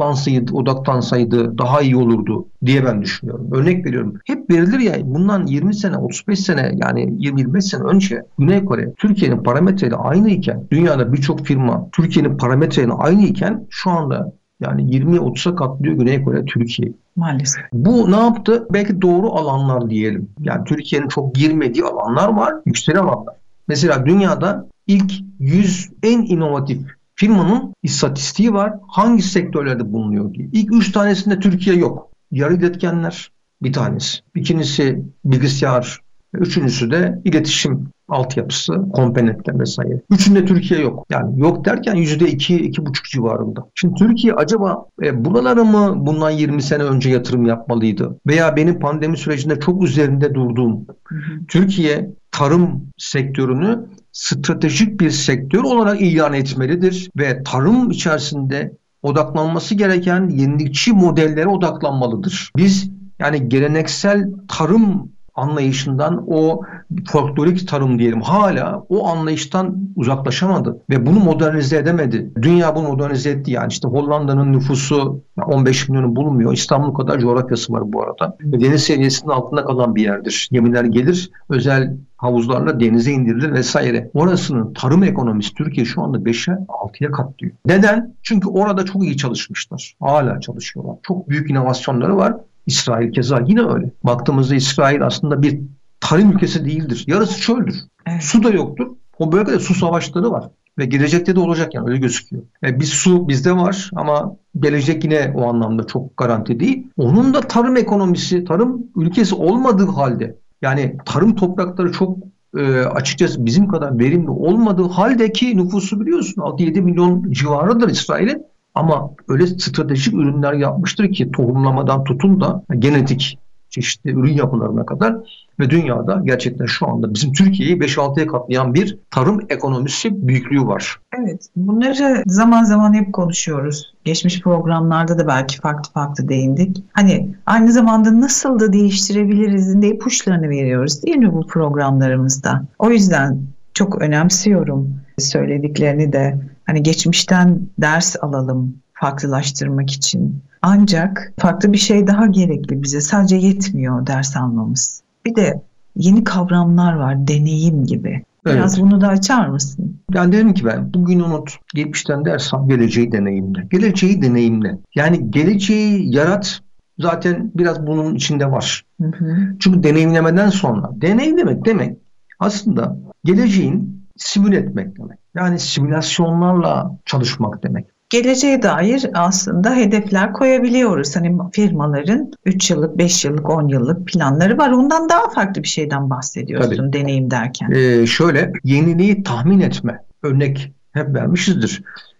odaklansaydı daha iyi olurdu diye ben düşünüyorum. Örnek veriyorum. Hep verilir ya bundan 20 sene, 35 sene yani 20-25 sene önce Güney Kore Türkiye'nin parametreyle aynı iken dünyada birçok firma Türkiye'nin parametreyle aynı iken şu anda yani 20-30'a katlıyor Güney Kore Türkiye. Maalesef. Bu ne yaptı? Belki doğru alanlar diyelim. Yani Türkiye'nin çok girmediği alanlar var, yükselen alanlar. Mesela dünyada ilk 100 en inovatif firmanın istatistiği var. Hangi sektörlerde bulunuyor diye. İlk 3 tanesinde Türkiye yok. Yarı iletkenler bir tanesi. İkincisi bilgisayar. Üçüncüsü de iletişim altyapısı, komponentler vesaire. Üçünde Türkiye yok. Yani yok derken %2-2,5 civarında. Şimdi Türkiye acaba buralara mı bundan 20 sene önce yatırım yapmalıydı? Veya benim pandemi sürecinde çok üzerinde durduğum Türkiye tarım sektörünü stratejik bir sektör olarak ilan etmelidir ve tarım içerisinde odaklanması gereken yenilikçi modellere odaklanmalıdır. Biz yani geleneksel tarım anlayışından o folklorik tarım diyelim hala o anlayıştan uzaklaşamadı ve bunu modernize edemedi. Dünya bunu modernize etti yani işte Hollanda'nın nüfusu 15 milyonu bulmuyor. İstanbul kadar coğrafyası var bu arada. Deniz seviyesinin altında kalan bir yerdir. Gemiler gelir özel havuzlarla denize indirilir vesaire. Orasının tarım ekonomisi Türkiye şu anda 5'e 6'ya katlıyor. Neden? Çünkü orada çok iyi çalışmışlar. Hala çalışıyorlar. Çok büyük inovasyonları var. İsrail keza yine öyle. Baktığımızda İsrail aslında bir tarım ülkesi değildir. Yarısı çöldür. Evet. Su da yoktur. O bölgede su savaşları var. Ve gelecekte de olacak yani öyle gözüküyor. Su bizde var ama gelecek yine o anlamda çok garanti değil. Onun da tarım ekonomisi, tarım ülkesi olmadığı halde yani tarım toprakları çok açıkçası bizim kadar verimli olmadığı haldeki nüfusu biliyorsun 6-7 milyon civarıdır İsrail'in. Ama öyle stratejik ürünler yapmıştır ki tohumlamadan tutun da genetik çeşitli ürün yapılarına kadar ve dünyada gerçekten şu anda bizim Türkiye'yi 5-6'ya katlayan bir tarım ekonomisi büyüklüğü var. Evet, bunları zaman zaman hep konuşuyoruz. Geçmiş programlarda da belki farklı değindik. Hani aynı zamanda nasıl da değiştirebiliriz diye ipuçlarını veriyoruz değil mi bu programlarımızda? O yüzden çok önemsiyorum söylediklerini de. Hani geçmişten ders alalım farklılaştırmak için. Ancak farklı bir şey daha gerekli bize. Sadece yetmiyor ders almamız. Bir de yeni kavramlar var, deneyim gibi. Biraz bunu da açar mısın? Yani dedim ki ben bugün unut, geçmişten ders al, geleceği deneyimle. Geleceği deneyimle. Yani geleceği yarat zaten biraz bunun içinde var. Çünkü deneyimlemeden sonra, deneyimlemek demek aslında geleceğin simüle etmek demek. Yani simülasyonlarla çalışmak demek. Geleceğe dair aslında hedefler koyabiliyoruz. Hani firmaların 3 yıllık, 5 yıllık, 10 yıllık planları var. Ondan daha farklı bir şeyden bahsediyorsun deneyim derken. Şöyle yeniliği tahmin etme. Örnek hep vermişizdir.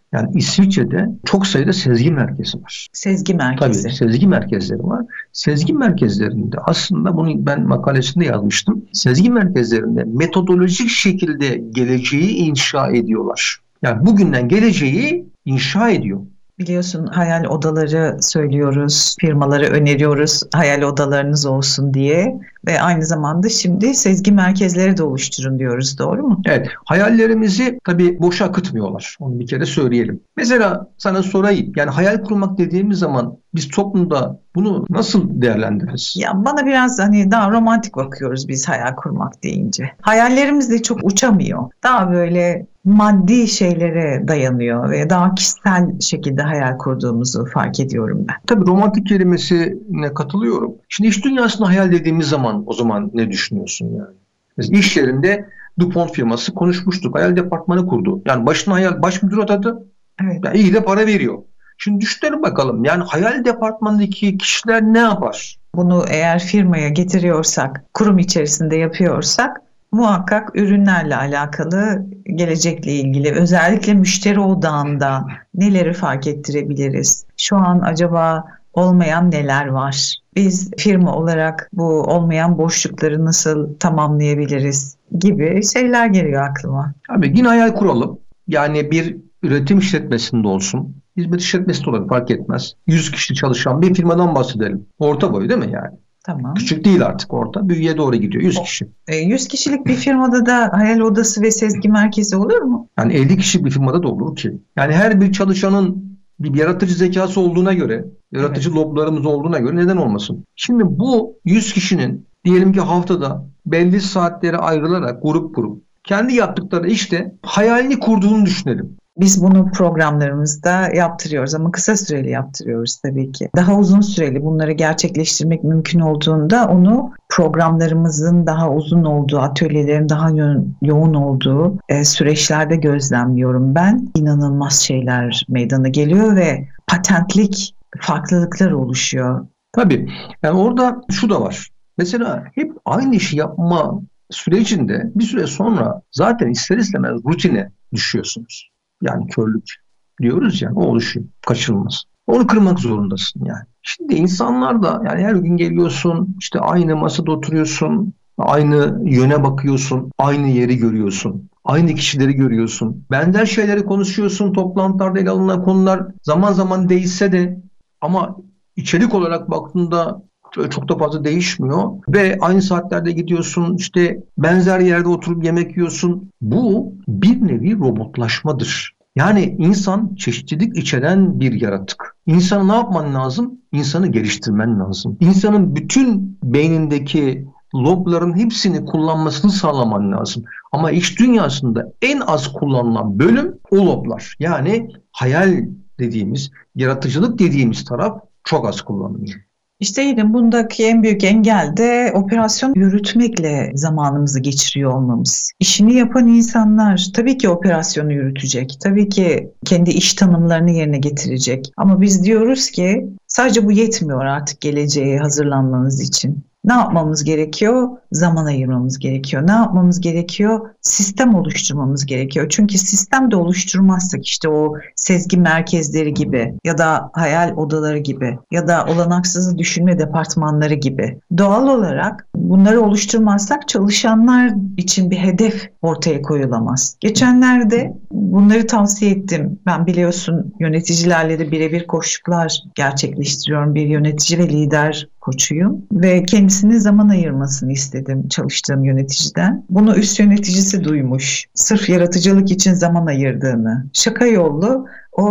Yani İsviçre'de çok sayıda sezgi merkezi var. Sezgi merkezi. Tabii sezgi merkezleri var. Sezgi merkezlerinde aslında bunu ben makalesinde yazmıştım. Sezgi merkezlerinde metodolojik şekilde geleceği inşa ediyorlar. Yani bugünden geleceği inşa ediyor. Biliyorsun hayal odaları söylüyoruz, firmalara öneriyoruz hayal odalarınız olsun diye ve aynı zamanda şimdi sezgi merkezleri de oluşturun diyoruz, doğru mu? Evet, hayallerimizi tabii boşa akıtmıyorlar. Onu bir kere söyleyelim. Mesela sana sorayım. Yani hayal kurmak dediğimiz zaman biz toplumda bunu nasıl değerlendiririz? Ya bana biraz daha romantik bakıyoruz biz hayal kurmak deyince. Hayallerimiz de çok uçamıyor. Daha böyle maddi şeylere dayanıyor ve daha kişisel şekilde hayal kurduğumuzu fark ediyorum ben. Tabii romantik kelimesine katılıyorum. Şimdi iş dünyasında hayal dediğimiz zaman o zaman ne düşünüyorsun yani? Mesela iş yerinde DuPont firması konuşmuştuk. Hayal departmanı kurdu. Yani başına hayal baş müdür atadı. Evet. Yani iyi de para veriyor. Şimdi düşünelim bakalım. Yani hayal departmanındaki kişiler ne yapar? Bunu eğer firmaya getiriyorsak, kurum içerisinde yapıyorsak muhakkak ürünlerle alakalı, gelecekle ilgili, özellikle müşteri odağında neleri fark ettirebiliriz? Şu an acaba olmayan neler var? Biz firma olarak bu olmayan boşlukları nasıl tamamlayabiliriz gibi şeyler geliyor aklıma. Abi yine hayal kuralım. Yani bir üretim işletmesinde olsun, hizmet işletmesinde olabilir fark etmez. 100 kişi çalışan bir firmadan bahsedelim. Orta boy değil mi yani? Tamam. Küçük değil artık orta. Büyüye doğru gidiyor. 100 kişi. 100 kişilik bir firmada da hayal odası ve sezgi merkezi olur mu? Yani 50 kişi bir firmada da olur ki. Yani her bir çalışanın bir yaratıcı zekası olduğuna göre, yaratıcı loblarımız olduğuna göre neden olmasın? Şimdi bu 100 kişinin diyelim ki haftada belli saatlere ayrılarak grup kendi yaptıkları işte hayalini kurduğunu düşünelim. Biz bunu programlarımızda yaptırıyoruz ama kısa süreli yaptırıyoruz tabii ki. Daha uzun süreli bunları gerçekleştirmek mümkün olduğunda onu programlarımızın daha uzun olduğu, atölyelerin daha yoğun olduğu süreçlerde gözlemliyorum ben. İnanılmaz şeyler meydana geliyor ve patentlik farklılıklar oluşuyor. Tabii. Yani orada şu da var. Mesela hep aynı işi yapma sürecinde bir süre sonra zaten ister istemez rutine düşüyorsunuz. Yani körlük diyoruz ya, o oluşuyor. Kaçınılmaz. Onu kırmak zorundasın yani. Şimdi insanlar da yani her gün geliyorsun, işte aynı masada oturuyorsun, aynı yöne bakıyorsun, aynı yeri görüyorsun. Aynı kişileri görüyorsun. Benzer şeyleri konuşuyorsun. Toplantılarda ele alınan konular zaman zaman değişse de ama içerik olarak baktığında çok da fazla değişmiyor. Ve aynı saatlerde gidiyorsun, işte benzer yerde oturup yemek yiyorsun. Bu bir nevi robotlaşmadır. Yani insan çeşitlilik içeren bir yaratık. İnsanı ne yapman lazım? İnsanı geliştirmen lazım. İnsanın bütün beynindeki lobların hepsini kullanmasını sağlaman lazım. Ama iş dünyasında en az kullanılan bölüm o loblar. Yani hayal dediğimiz, yaratıcılık dediğimiz taraf çok az kullanılıyor. İşte yine bundaki en büyük engel de operasyon yürütmekle zamanımızı geçiriyor olmamız. İşini yapan insanlar tabii ki operasyonu yürütecek, tabii ki kendi iş tanımlarını yerine getirecek. Ama biz diyoruz ki sadece bu yetmiyor artık geleceğe hazırlanmanız için. Ne yapmamız gerekiyor? Zaman ayırmamız gerekiyor. Ne yapmamız gerekiyor? Sistem oluşturmamız gerekiyor. Çünkü sistem de oluşturmazsak işte o sezgi merkezleri gibi ya da hayal odaları gibi ya da olanaksız düşünme departmanları gibi doğal olarak bunları oluşturmazsak çalışanlar için bir hedef ortaya koyulamaz. Geçenlerde bunları tavsiye ettim. Ben biliyorsun yöneticilerle de birebir koçluklar gerçekleştiriyorum. Bir yönetici ve lider koçuyum ve kendisine zaman ayırmasını istedim çalıştığım yöneticiden. Bunu üst yöneticisi duymuş. Sırf yaratıcılık için zaman ayırdığını. Şaka yollu,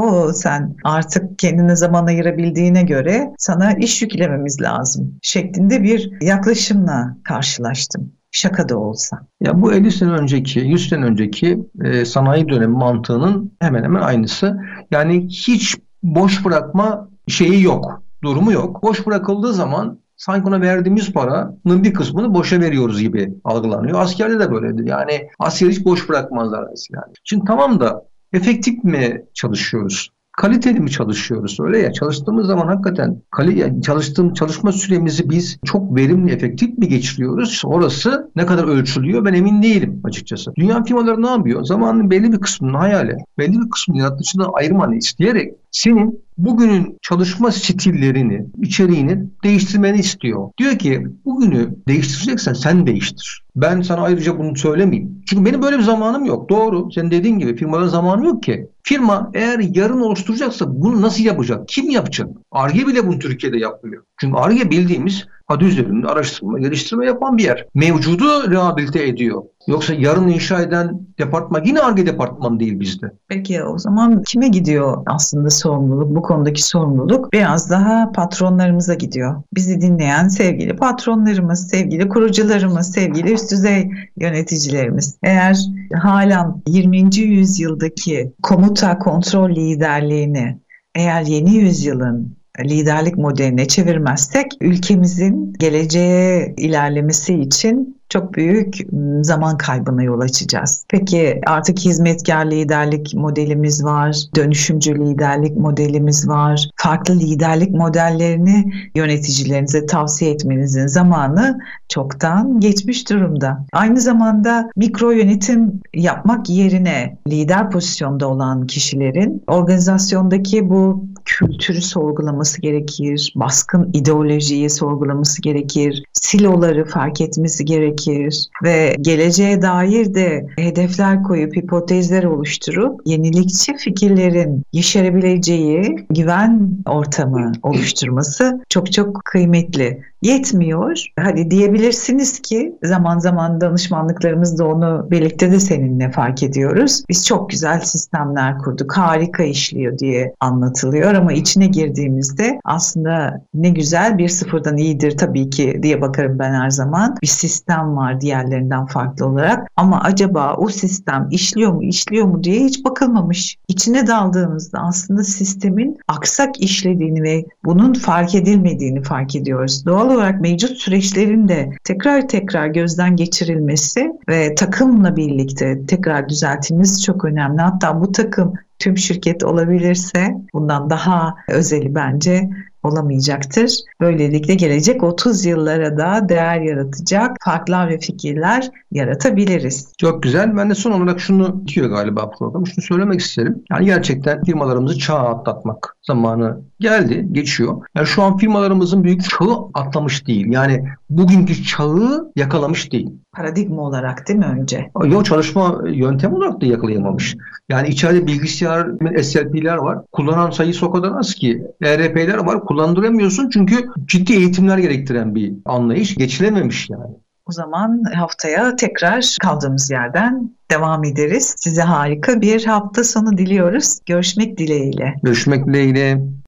sen artık kendine zaman ayırabildiğine göre sana iş yüklememiz lazım şeklinde bir yaklaşımla karşılaştım. Şaka da olsa. Ya bu 50 sene önceki, 100 sene önceki sanayi dönemi mantığının hemen hemen aynısı. Yani hiç boş bırakma şeyi yok, durumu yok. Boş bırakıldığı zaman sanki ona verdiğimiz paranın bir kısmını boşa veriyoruz gibi algılanıyor. Askerde de böyledir. Yani asker hiç boş bırakmazlar yani. Şimdi tamam da efektif mi çalışıyoruz? Kaliteli mi çalışıyoruz? Öyle ya, çalıştığımız zaman hakikaten çalışma süremizi biz çok verimli, efektif mi geçiriyoruz? Orası ne kadar ölçülüyor ben emin değilim açıkçası. Dünya firmaları ne yapıyor? Zamanın belli bir kısmını hayale, belli bir kısmını yaratıcılığına ayırmanı isteyerek senin bugünün çalışma stillerini, içeriğini değiştirmeni istiyor. Diyor ki bugünü değiştireceksen sen değiştir. Ben sana ayrıca bunu söylemeyeyim. Çünkü benim böyle bir zamanım yok. Doğru. Senin dediğin gibi firmaların zamanı yok ki. Firma eğer yarın oluşturacaksa bunu nasıl yapacak? Kim yapacak? Ar-Ge bile bunu Türkiye'de yapmıyor. Çünkü Ar-Ge bildiğimiz adı üzerinde araştırma, geliştirme yapan bir yer. Mevcudu rehabilite ediyor. Yoksa yarın inşa eden departman yine Ar-Ge departmanı değil bizde. Peki o zaman kime gidiyor aslında sorumluluk? Bu konudaki sorumluluk biraz daha patronlarımıza gidiyor. Bizi dinleyen sevgili patronlarımız, sevgili kurucularımız, sevgili üst düzey yöneticilerimiz. Eğer halen 20. yüzyıldaki komuta kontrol liderliğini eğer yeni yüzyılın liderlik modeline çevirmezsek ülkemizin geleceğe ilerlemesi için çok büyük zaman kaybına yol açacağız. Peki artık hizmetkar liderlik modelimiz var, dönüşümcü liderlik modelimiz var. Farklı liderlik modellerini yöneticilerinize tavsiye etmenizin zamanı çoktan geçmiş durumda. Aynı zamanda mikro yönetim yapmak yerine lider pozisyonda olan kişilerin organizasyondaki bu kültürü sorgulaması gerekir, baskın ideolojiyi sorgulaması gerekir, siloları fark etmesi gerekir ve geleceğe dair de hedefler koyup hipotezler oluşturup yenilikçi fikirlerin yeşerebileceği güven ortamı oluşturması çok çok kıymetli. Yetmiyor. Hadi diyebilirsiniz ki zaman zaman danışmanlıklarımızda onu birlikte de seninle fark ediyoruz. Biz çok güzel sistemler kurduk, harika işliyor diye anlatılıyor ama içine girdiğimizde aslında ne güzel bir sıfırdan iyidir tabii ki diye bakarım ben her zaman. Bir sistem var diğerlerinden farklı olarak ama acaba o sistem işliyor mu diye hiç bakılmamış. İçine daldığımızda aslında sistemin aksak işlediğini ve bunun fark edilmediğini fark ediyoruz. Doğal olarak mevcut süreçlerin de tekrar gözden geçirilmesi ve takımla birlikte tekrar düzeltilmesi çok önemli. Hatta bu takım tüm şirket olabilirse bundan daha özeli bence olamayacaktır. Böylelikle gelecek 30 yıllara da değer yaratacak farklar ve fikirler yaratabiliriz. Çok güzel. Ben de son olarak şunu diyor galiba program. Şunu söylemek isterim. Yani gerçekten firmalarımızı çağa atlatmak zamanı geldi, geçiyor. Yani şu an firmalarımızın büyük çağı atlamış değil. Yani bugünkü çağı yakalamış değil. Paradigma olarak değil mi önce? Yok, çalışma yöntem olarak da yakalayamamış. Yani içeride bilgisayar, SLP'ler var. Kullanan sayısı o kadar az ki. ERP'ler var. Kullandıramıyorsun çünkü ciddi eğitimler gerektiren bir anlayış. Geçilememiş yani. O zaman haftaya tekrar kaldığımız yerden devam ederiz. Size harika bir hafta sonu diliyoruz. Görüşmek dileğiyle. Görüşmek dileğiyle.